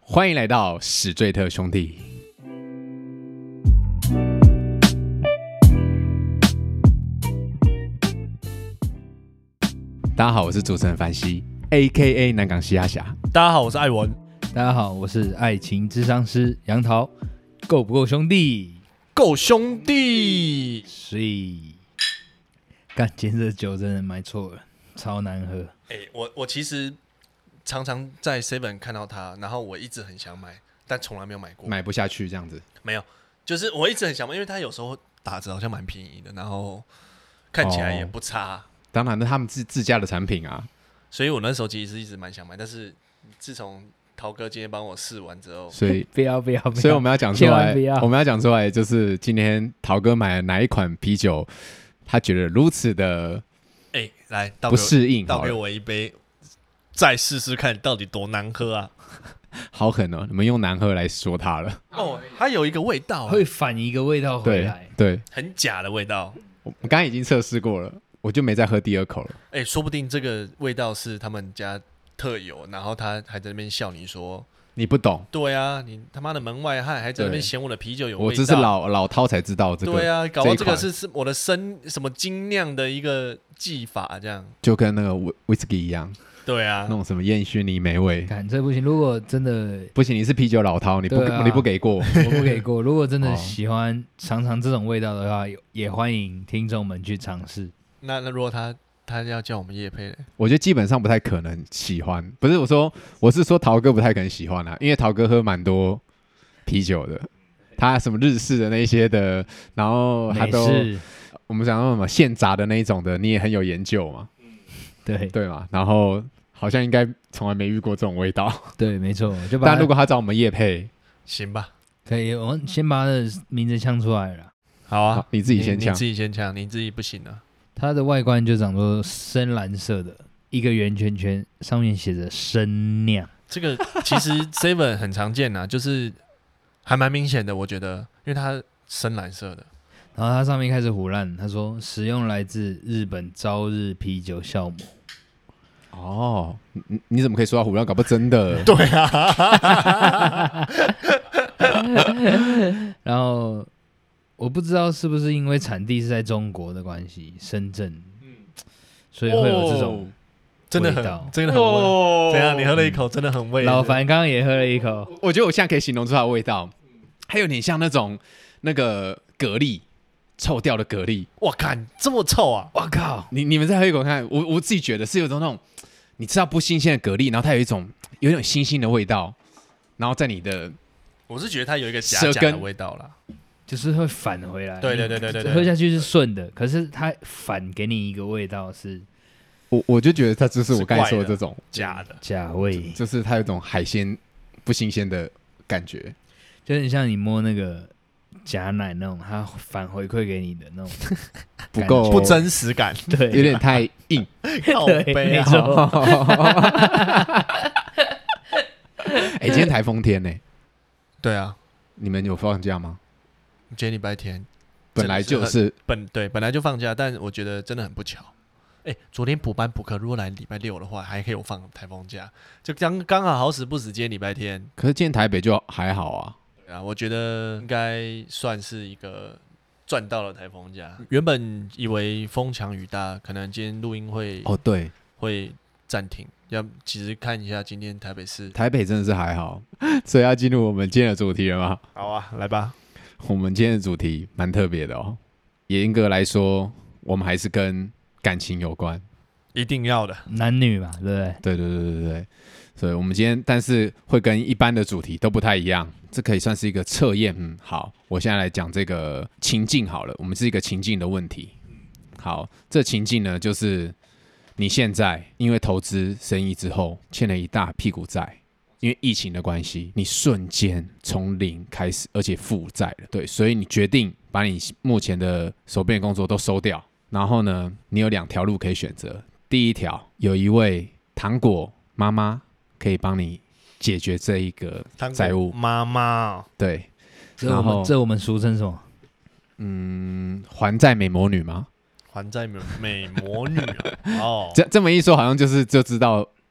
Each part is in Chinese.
欢迎来到史最特兄弟。大家好，我是主持人凡西 ，A.K.A 南港西亚侠。 大家好，我是艾文。 大家好，我是爱情咨商师杨桃。够不够兄弟？ 够兄弟！ 干，今天这酒真的买错了，超难喝。 我其实常常在 Seven 看到它，然后我一直很想买，但从来没有买过。 买不下去这样子？ 没有，就是我一直很想买，因为它有时候打折好像蛮便宜的，然后看起来也不差。 当然，那他们自家的产品啊， 所以我那时候其实一直蛮想买，但是自从陶哥今天帮我试完之后， 所以不要， 所以我们要讲出来， 我们要讲出来，就是今天陶哥买了哪一款啤酒，他觉得如此的来不适应， 倒给我一杯，再试试看到底多难喝啊！ 好狠哦！你们用难喝来说它了。 哦，它有一个味道， 会反一个味道回来， 对， 很假的味道。 我刚才已经测试过了，我就没再喝第二口了。 说不定这个味道是他们家特有，然后他还在那边笑你说你不懂。 对啊，你他妈的门外汉，还在那边嫌我的啤酒有味道。 我这是老饕才知道这个。 对啊，搞到这个是我的什么精酿的一个技法，这样就跟那个威士忌一样。 对啊， 那种什么烟熏泥梅味。 看这不行，如果真的不行，你是啤酒老饕，你不给过， 我不给过。如果真的喜欢尝尝这种味道的话，也欢迎听众们去尝试。 那如果他要叫我们业配， 我觉得基本上不太可能喜欢。不是我是说陶哥不太可能喜欢因为陶哥喝蛮多啤酒的，他什么日式的那些的，然后他都我们讲什么现榨的那一种的，你也很有研究嘛。对嘛，然后好像应该从来没遇过这种味道。 对，没错。 但如果他找我们业配， 行吧？ 可以，我们先把他的名字呛出来了。 好啊， 你自己先呛， 你自己先呛，你自己不行啊。 它的外观就长作深蓝色的一个圆圈圈，上面写着深酿。 这个其实 Seven 很常见啊，就是还蛮明显的，我觉得，因为它深蓝色的。 然后它上面开始唬烂，他说使用来自日本朝日啤酒酵母。 哦，你怎么可以说他唬烂？搞不真的？ 对啊。 然后我不知道是不是因为产地是在中国的关系，深圳，所以会有这种真的很味。怎样？你喝了一口，真的很味。 老樊刚刚也喝了一口， 我觉得我现在可以形容出它的味道，还有点像那个蛤蜊。臭掉的蛤蜊， 我看这么臭啊！ 我靠， 你们再喝一口看，我自己觉得是有种那种，你吃到不新鲜的蛤蜊，然后它有一种新鲜的味道，然后在你的， 我是觉得它有一个假的味道啦， 就是会返回来。 对， 喝下去是顺的，可是它反给你一个味道是， 我就觉得它就是我刚才说的这种假味， 就是它有一种海鲜不新鲜的感觉， 就很像你摸那个。假奶那种，它反回馈给你的那种不够不真实感， 对， 有点太硬。 对，没错。 今天台风天呢？ 对啊， 你们有放假吗？ 今天礼拜天， 本来就是本来就放假，但我觉得真的很不巧。昨天补班补课，如果来礼拜六的话，还可以有放台风假，就刚好好死不死今天礼拜天。 可是今天台北就还好啊。 我觉得应该算是一个赚到了台风假。原本以为风强雨大，可能今天录音会暂停。其实看一下今天台北真的是还好，所以要进入我们今天的主题了吗？ 好啊，来吧。 我们今天的主题蛮特别的哦，严格来说，我们还是跟感情有关， 一定要的， 男女嘛，对不对？ 对。所以我们今天，但是会跟一般的主题都不太一样，这可以算是一个测验。好，我现在来讲这个情境好了，我们是一个情境的问题。好，这情境呢，就是你现在因为投资生意之后欠了一大屁股债，因为疫情的关系，你瞬间从零开始，而且负债了。对，所以你决定把你目前的手边的工作都收掉，然后呢，你有2条路可以选择。第一条，有一位糖果妈妈可以帮你解决这一个债务。 妈妈， 对， 这我们俗称什么？ 还债美魔女吗？ 还债美魔女哦， 这么一说，好像就知道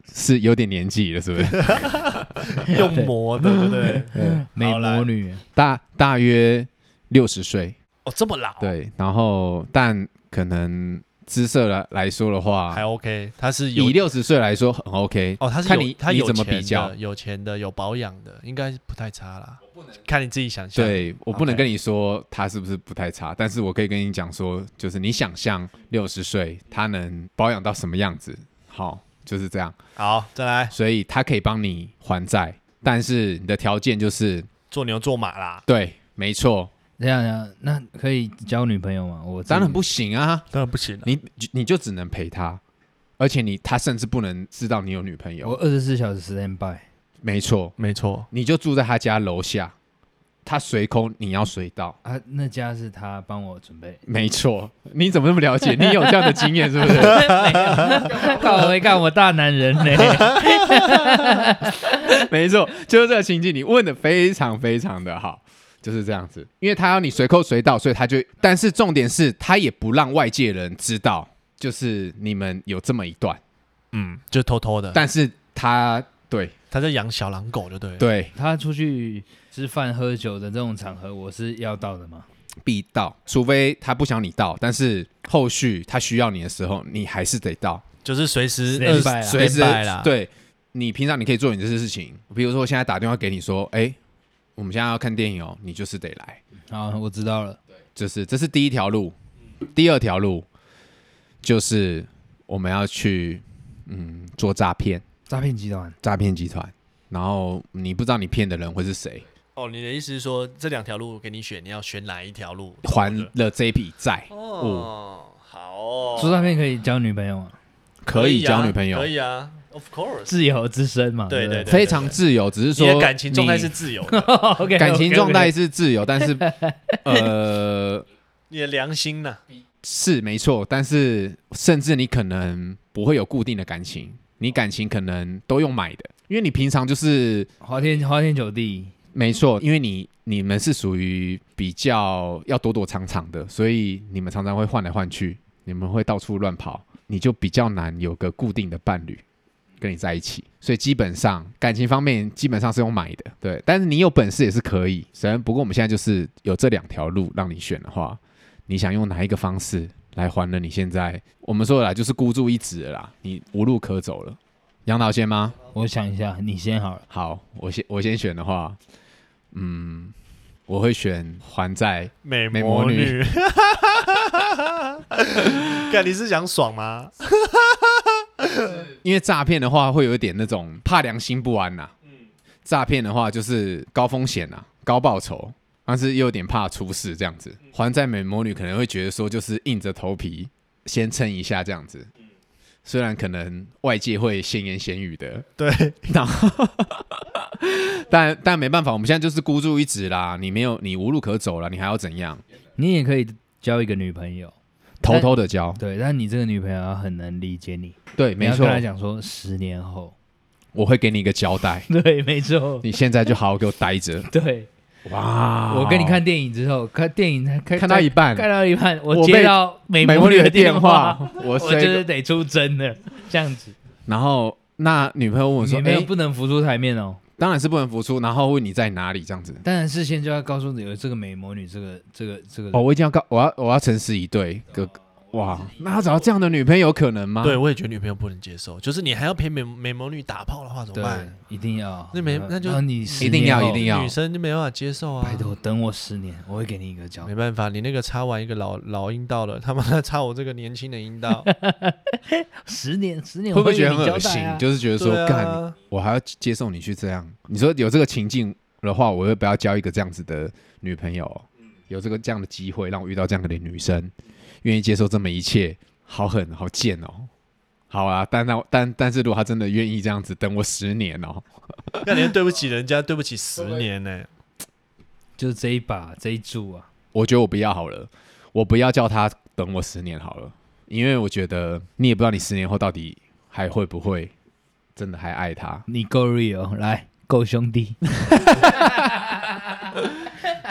是有点年纪了，是不是？ 用磨的，对不对？ 美魔女大约60岁哦，这么老？ 对，然后但可能姿色来说的话还 OK， 他是以60岁来说很 OK 哦，他是看你怎么他有钱比较， 有钱的有保养的，应该不太差啦。看你自己想象。 对，我不能跟你说他是不是不太差，但是我可以跟你讲说，就是你想象60岁他能保养到什么样子，好，就是这样。 好，再来。 所以他可以帮你还债，但是你的条件就是做牛做马啦。 对，没错。 这样，那可以交女朋友吗？我当然不行啊， 当然不行啊。 你就只能陪他，而且他甚至不能知道你有女朋友。 我24小时 stand by。 没错， 没错， 你就住在他家楼下，他随空你要随到啊。那家是他帮我准备。 没错，你怎么那么了解？你有这样的经验是不是？ 靠，我干我大男人呢。 没错，就是这个情境，你问的非常非常的好，就是这样子。因为他要你随扣随到，所以他就，但是重点是他也不让外界人知道，就是你们有这么一段， 就偷偷的。 但是他在养小狼狗就对了。 对， 他出去吃饭喝酒的这种场合，我是要到的吗？ 必到，除非他不想你到，但是后续他需要你的时候，你还是得到， 就是随时啦。对，你平常你可以做你这些事情，比如说我现在打电话给你说，我们现在要看电影哦，你就是得来。 好，我知道了。 这是第一条路，第二条路就是我们要去做诈骗集团，然后你不知道你骗的人会是谁。 哦，你的意思是说这2条路给你选，你要选哪一条路还了这一笔债？ 哦，好哦。 做诈骗可以交女朋友吗？ 可以交女朋友， 可以啊 ，of course， 自由之身嘛， 对， 非常自由，只是说你的感情状态是自由的 ，OK， 感情状态是自由，但是你的良心呢？ 是没错，但是甚至你可能不会有固定的感情。你感情可能都用买的，因为你平常就是花天酒地。 没错，因为你们是属于比较要躲躲藏藏的，所以你们常常会换来换去，你们会到处乱跑，你就比较难有个固定的伴侣跟你在一起。所以基本上感情方面基本上是用买的，对。但是你有本事也是可以，不过我们现在就是有这2条路让你选的话，你想用哪一个方式来还了你现在我们说的啦，就是孤注一掷了啦，你无路可走了。杨导先吗？ 我想一下，你先好了。 好，我先选的话，我会选还债美魔女。干，你是想爽吗？ 因为诈骗的话会有一点那种怕良心不安呐。诈骗的话就是高风险呐，高报酬，但是又有点怕出事这样子。还债美魔女可能会觉得说，就是硬着头皮先撑一下这样子。虽然可能外界会闲言闲语的， 对， 然后但没办法，我们现在就是孤注一掷啦，你无路可走了，你还要怎样？ 你也可以交一个女朋友， 偷偷的交， 对，但你这个女朋友要很能理解你， 对，没错。 你要跟她讲说10年后我会给你一个交代， 对，没错。 你现在就好好给我待着， 对。哇！我跟你看电影之后，看电影看到一半， 我接到美魔女的电话， 我就是得出征了，这样子。 然后那女朋友问我说：“ 女朋友不能浮出台面哦。” 当然是不能浮出，然后问你在哪里这样子。 当然事先就要告诉你有这个美魔女，这个。 哦，我一定要我要诚实以对，哥。哇，那他找到这样的女朋友有可能吗？ 对，我也觉得女朋友不能接受，就是你还要陪美魔女打炮的话怎么办？ 一定要， 那就你一定要， 女生就没办法接受啊！ 拜托，等我10年，我会给你一个交代。 没办法，你那个插完一个老阴道了，他妈的插我这个年轻的阴道 ，10年会不会觉得很恶心？就是觉得说，干，我还要接受你去这样？你说有这个情境的话，我会不要交一个这样子的女朋友？有这样的机会让我遇到这样的女生？愿意接受这么一切，好狠好贱哦！好啊，但是如果他真的愿意这样子等我10年哦， 那你对不起人家，对不起10年呢？ 就是这一注啊！ 我觉得我不要好了，我不要叫他等我10年好了，因为我觉得你也不知道你10年后到底还会不会真的还爱他。 你够 real， 来够兄弟。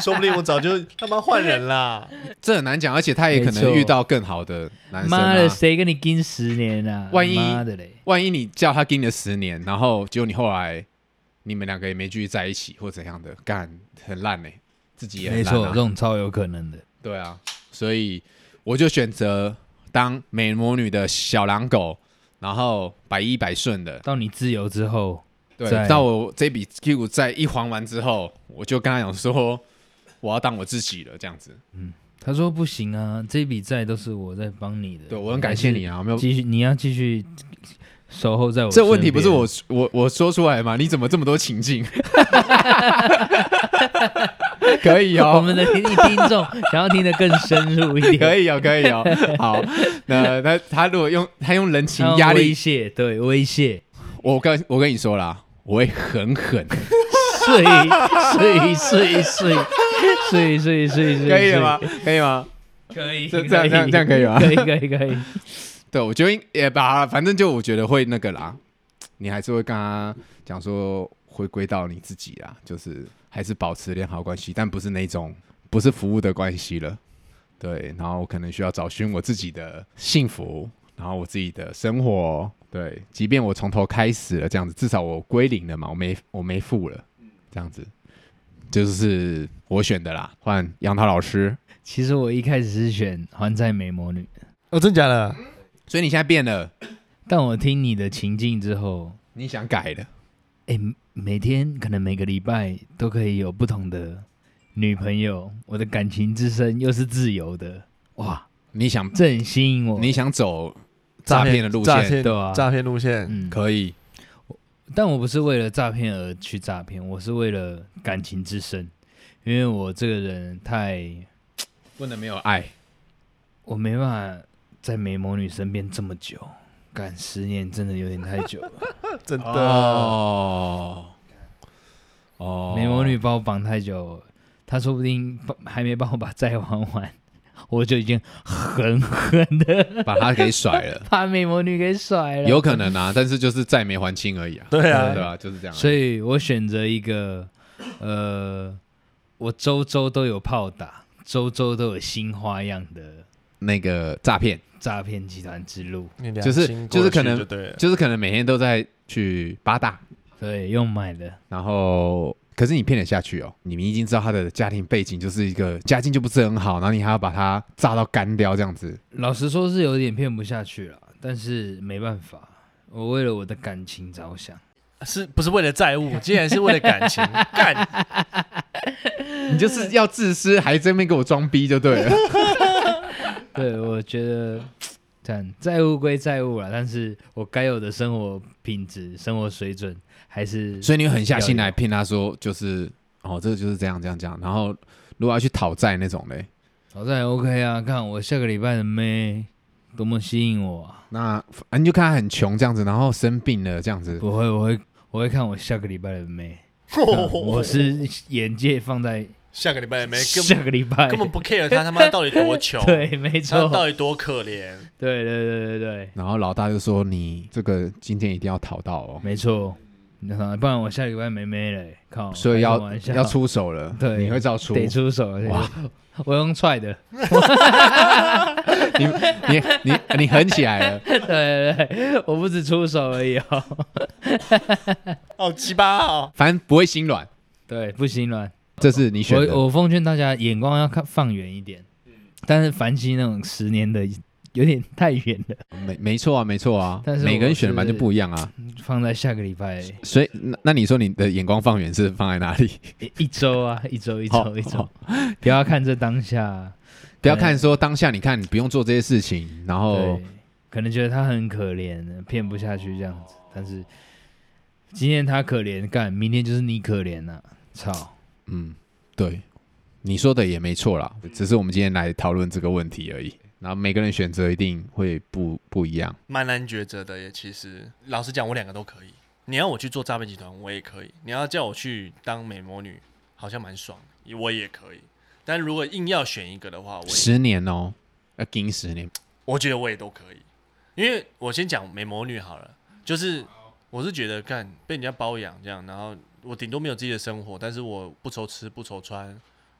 说不定我早就他妈换人啦。 这很难讲，而且他也可能遇到更好的男生、啊。 妈的，谁跟你跟10年啊？ 万一你叫他跟了10年，然后结果你后来你们2个也没继续在一起或怎样的，干很烂欸，自己也很烂、啊。 没错，这种超有可能的。 对啊，所以我就选择当美魔女的小狼狗，然后百依百顺的。 到你自由之后。 对，到我这笔屁股债一还完之后，我就跟他讲说，我要当我自己了，这样子。 他说不行啊，这笔债都是我在帮你的。 对，我很感谢你啊，没有继续，你要继续守候在我身边。 这问题不是我说出来吗？你怎么这么多情境？可以哦， 我们的听众想要听得更深入一点， 可以哦。好，那他如果用人情压力威胁，对威胁， 我跟你说啦。我会狠，睡，可以了吗？可以吗？ 可以， 这样可以吗？ 可以。 对，我觉得也把，反正就我觉得会那个啦，你还是会跟他讲说回归到你自己啦，就是还是保持良好关系，但不是那种不是服务的关系了。对，然后我可能需要找寻我自己的幸福，然后我自己的生活。对，即便我从头开始了这样子，至少我归零了嘛，我没负了，这样子就是我选的啦。换杨涛老师， 其实我一开始是选还债美魔女。 哦，真假的？ 所以你现在变了？ 但我听你的情境之后， 你想改了？ 每天可能每个礼拜都可以有不同的女朋友，我的感情之身又是自由的，哇！这很吸引我。 你想走？诈骗的路线， 对啊， 诈骗路线， 可以。 但我不是为了诈骗而去诈骗，我是为了感情之深，因为我这个人太不能没有爱， 我没办法在美魔女身边这么久，干10年真的有点太久了， 真的哦，美魔女把我绑太久，她说不定还没帮我把债还完。我就已经狠的把他给甩了， 把美魔女给甩了， 有可能啊，但是就是债没还清而已啊。 对啊， 对吧？就是这样。 所以我选择一个，我周周都有炮打，周周都有新花样的那个诈骗集团之路， 就是可能每天都在去八大， 对，用买的， 然后。可是你骗得下去哦？你们已经知道他的家庭背景就是一个家境就不是很好，然后你还要把他炸到干掉这样子。 老实说是有点骗不下去了，但是没办法，我为了我的感情着想， 是不是为了债务？竟然是为了感情，干！ 你就是要自私，还在那边给我装逼就对了。 对，我觉得这样债务归债务啦，但是我该有的生活品质、生活水准。还是， 所以你狠下心来骗他说，就是这个就是这样，然后如果要去讨债那种嘞， 讨债 OK 啊，看我下个礼拜的妹多么吸引我啊！ 那你就看他很穷这样子，然后生病了这样子， 不会，我会看我下个礼拜的妹，我是眼界放在下个礼拜的妹， 下个礼拜根本不 care 他妈到底多穷， 对，没错， 他到底多可怜， 对。 然后老大就说你这个今天一定要讨到哦， 没错。不然我下礼拜没妹嘞，靠！ 所以要出手了， 对， 你会照出， 得出手了。哇，我用踹的， 你狠起来了， 对，我不止出手而已哦， 好鸡巴哦， 反正不会心软， 对，不心软， 这是你选的。 我奉劝大家眼光要放远一点，但是凡西那种10年的。有点太远了， 没错啊，但是每个人选的本来就不一样啊。 放在下个礼拜， 所以那你说你的眼光放远是放在哪里？ 一周啊，一周，不要看这当下， 不要看说当下，你看你不用做这些事情，然后可能觉得他很可怜，骗不下去这样子，但是今天他可怜干，明天就是你可怜呐，操， 对，你说的也没错啦，只是我们今天来讨论这个问题而已。然后每个人选择一定会不一样， 蛮难抉择的耶。其实老实讲，我2个都可以。你要我去做诈骗集团，我也可以；你要叫我去当美魔女，好像蛮爽的，我也可以。但如果硬要选一个的话 ，10年哦，要盯10年， 我觉得我也都可以。因为我先讲美魔女好了，就是我是觉得干被人家包养这样，然后我顶多没有自己的生活，但是我不愁吃不愁穿，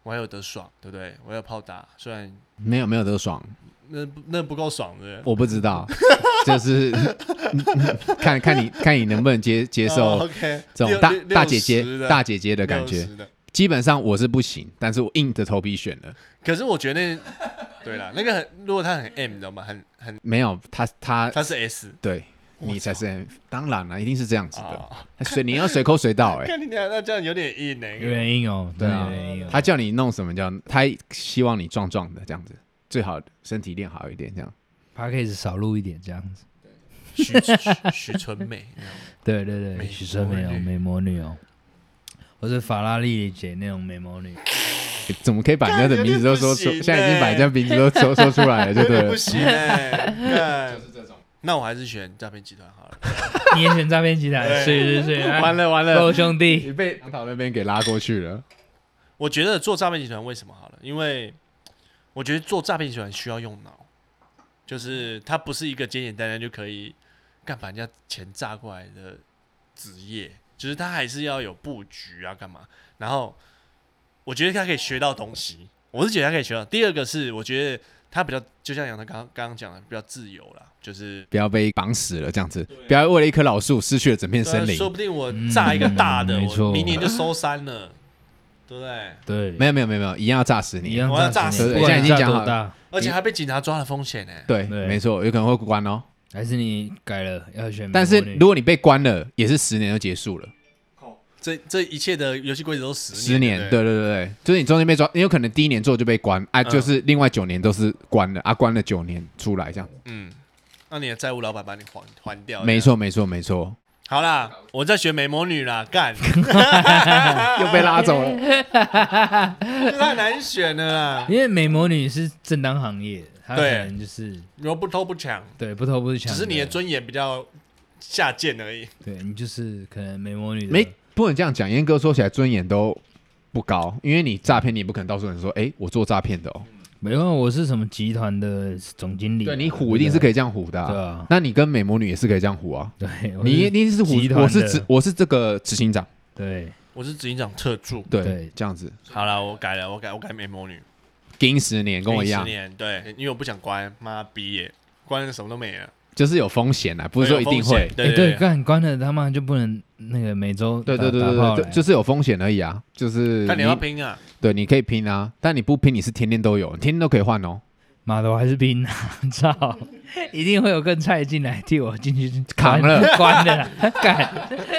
我还有得爽，对不对？我有炮打，虽然没有得爽， 那不够爽的。 我不知道，就是看你能不能接受这种大姐姐的感觉。基本上我是不行，但是我硬着头皮选了。 可是我觉得对啦，那个如果他很 M， 你知道吗？很没有他是 S， 对。你才是 M， 当然了，一定是这样子的。你要随口随到看你那这样有点硬有点硬哦。对啊， 他叫你弄什么他希望你壮壮的这样子，最好身体练好一点这样。 Podcast 少录一点这样子。 许纯美， 对，许纯美哦，美魔女哦，我是法拉利姐那种美魔女。 怎么可以把人家的名字都说出？现在已经把人家名字都说出来了，就对了。 不行就是这种。那我还是选诈骗集团好了。 你也选诈骗集团？是， 完了， 够兄弟， 你被杨桃那边给拉过去了。 我觉得做诈骗集团为什么好了？因为我觉得做诈骗集团需要用脑，就是它不是一个简简单单就可以把人家钱诈过来的职业，就是它还是要有布局啊，干嘛？然后我觉得他可以学到东西，我是觉得他可以学到。第二个是我觉得他比较，就像杨桃刚刚讲的，比较自由啦，就是不要被绑死了这样子，不要为了一棵老树失去了整片森林。 说不定我炸一个大的，我明年就收山了，对不对？ 对， 没有，一样要炸死你， 我要炸死你， 现在已经讲好了， 而且还被警察抓的风险呢。 对，没错，有可能会关哦。 还是你改了要选？ 但是如果你被关了，也是10年就结束了。 这一切的游戏规则都 10年，对，就是你中间被抓，你有可能第1年做就被关就是另外9年都是关了关了9年出来这样。 那你的债务老板把你还掉。 没错。 好啦，我在选美魔女啦，干， 又被拉走了， 太难选了啦。 因为美魔女是正当行业，她可能就是不偷不抢， 对，不偷不抢， 只是你的尊严比较下贱而已。 对，你就是可能美魔女的不能这样讲，严格说起来尊严都不高，因为你诈骗，你也不可能告诉人说，我做诈骗的哦。 没有，我是什么集团的总经理。 对，你唬一定是可以这样唬的。 对啊， 那你跟美魔女也是可以这样唬啊。 对， 你一定是唬，我是这个执行长。 对， 我是执行长特助。 对，这样子。 好了，我改了，我改美魔女， 盯10年，跟我一样。 10年，对，因为我不想关，妈逼耶，关了什么都没了。 就是有风险啊，不是说一定会。 对，关了他妈就不能那个每周对，就是有风险而已啊，就是看你要拼啊。 对，你可以拼啊，但你不拼，你是天天都有，天天都可以换哦。 妈的，我还是拼啊！操，一定会有更菜进来替我进去扛了， 关了，干！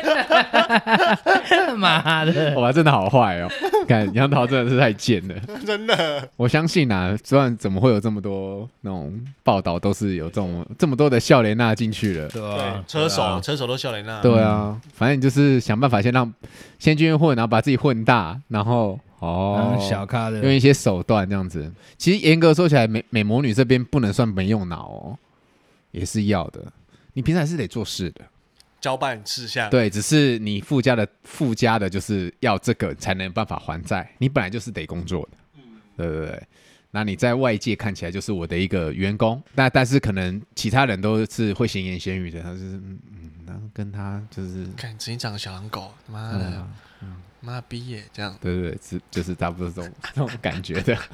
妈的， 哇，真的好坏哦！看杨桃真的是太贱了， 真的。 我相信啊，不然怎么会有这么多那种报道，都是有这么多的笑莲娜进去了。 对啊， 车手都笑莲娜。 对啊，反正你就是想办法先去混，然后把自己混大，然后。 小咖的用一些手段这样子，其实严格说起来，美魔女这边不能算没用脑哦，也是要的。你平常还是得做事的， 交办事项。 对，只是你附加的就是要这个才能办法还债，你本来就是得工作的，对。那你在外界看起来就是我的一个员工，但是可能其他人都是会闲言闲语的，他就是然后跟他就是看执行长小狼狗，妈的。妈逼耶，这样对，就是差不多这种感觉的。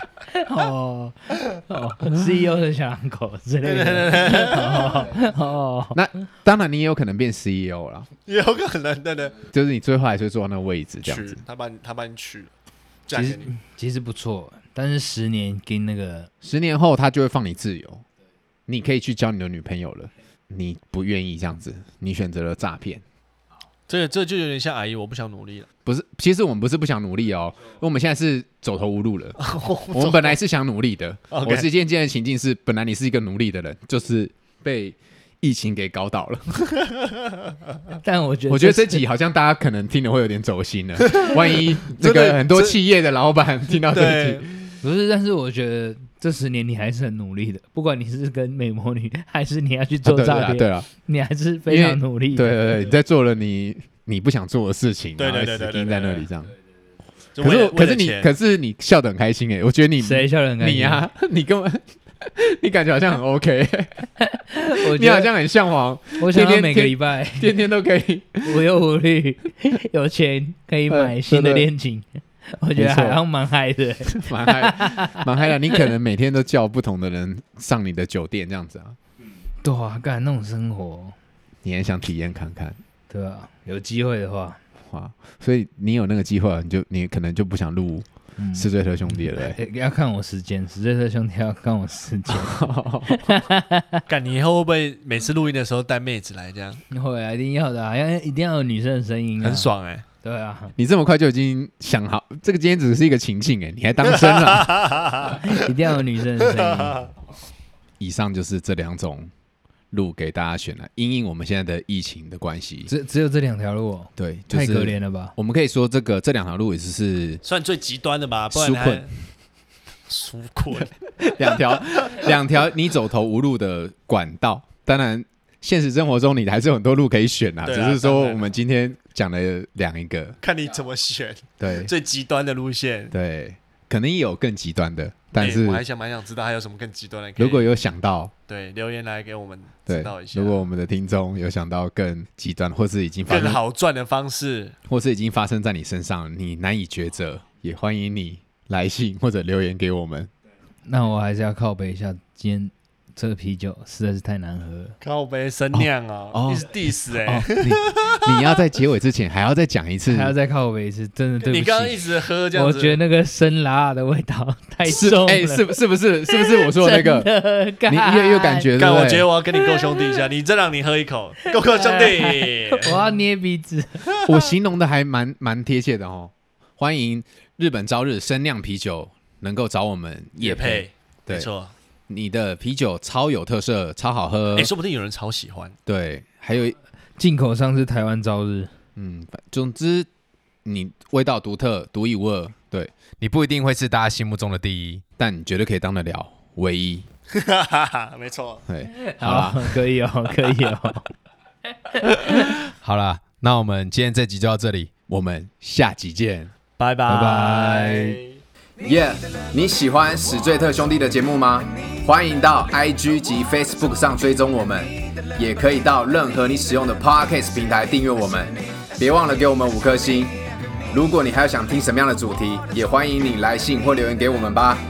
CEO 的小狼狗之类的。 那当然你也有可能变 CEO 啦， 也有可能的， 就是你最后还是会坐到那个位置这样子。 他把你取了，其实不错，但是10年跟那个 10年后他就会放你自由，你可以去交你的女朋友了。你不愿意这样子，你选择了诈骗。 这就有点像阿姨，我不想努力了。 不是，其实我们不是不想努力哦，因为我们现在是走投无路了。我们本来是想努力的，我是渐渐的情境是，本来你是一个努力的人，就是被疫情给搞倒了。 但我觉得这集好像大家可能听了会有点走心了，万一这个很多企业的老板听到这集， 不是，但是我觉得这10年你还是很努力的，不管你是跟美魔女，还是你要去做诈骗， 对啊， 你还是非常努力的。 对，你在做了你不想做的事情， 对， 死盯在那里这样。 可是你笑得很开心哎，我觉得你谁笑得很开心？ 你啊，你根本你感觉好像很 OK， 你好像很向往。 我想要每个礼拜天天都可以无忧无虑，有钱可以买新的恋情。 我觉得好像蛮嗨的， 蛮嗨的。你可能每天都叫不同的人上你的酒店这样子啊。 对啊，干那种生活， 你也想体验看看？ 对啊，有机会的话。 所以你有那个机会，你可能就不想录死罪特兄弟了、 要看我时间，死罪特兄弟要看我时间。 干，你以后会不会每次录音的时候带妹子来这样？ 会啊，一定要的啊，一定要有女生的声音、啊， 很爽哎、 对啊， 你这么快就已经想好，这个今天只是一个情境哎，你还当真了？ 一定要有女生的声音。 以上就是这2种路给大家选了，因应我们现在的疫情的关系， 只有这2条路哦。 对，就是、 太可怜了吧？ 我们可以说这2条路也是算最极端的吧，不然纾困两条你走投无路的管道。当然，现实生活中你还是有很多路可以选啊，只是说我们今天讲了一个， 看你怎么选。 对， 最极端的路线， 对，可能也有更极端的。但是我还蛮想知道还有什么更极端的。 如果有想到， 对，留言来给我们知道一下。 如果我们的听众有想到更极端，或是已经更好赚的方式， 或是已经发生在你身上，你难以抉择，也欢迎你来信或者留言给我们。 那我还是要靠北一下，今天这个啤酒实在是太难喝了。 靠北生酿你是 diss 你要在结尾之前还要再讲一次， 还要再靠北一次，真的对不起。 你刚刚一直喝这样子， 我觉得那个生辣的味道太重了。 是不是我说的那个？你越感觉对不对？ 我觉得我要跟你够兄弟一下，你再让你喝一口，够兄弟。 我要捏鼻子。 我形容的还蛮贴切的哦。欢迎日本朝日生酿啤酒能够找我们业配， 没错。 你的啤酒超有特色，超好喝， 说不定有人超喜欢。 对，还有进口商是台湾朝日， 总之你味道独特，独一无二。对，你不一定会是大家心目中的第一，但你绝对可以当得了唯一。 没错， 对， 好啦，可以哦。 好啦，那我们今天这集就到这里，我们下集见， 拜拜。 耶！你喜欢史最特兄弟的节目吗？欢迎到 IG 及 Facebook 上追踪我们，也可以到任何你使用的 Podcast 平台订阅我们。别忘了给我们5颗星。如果你还有想听什么样的主题，也欢迎你来信或留言给我们吧。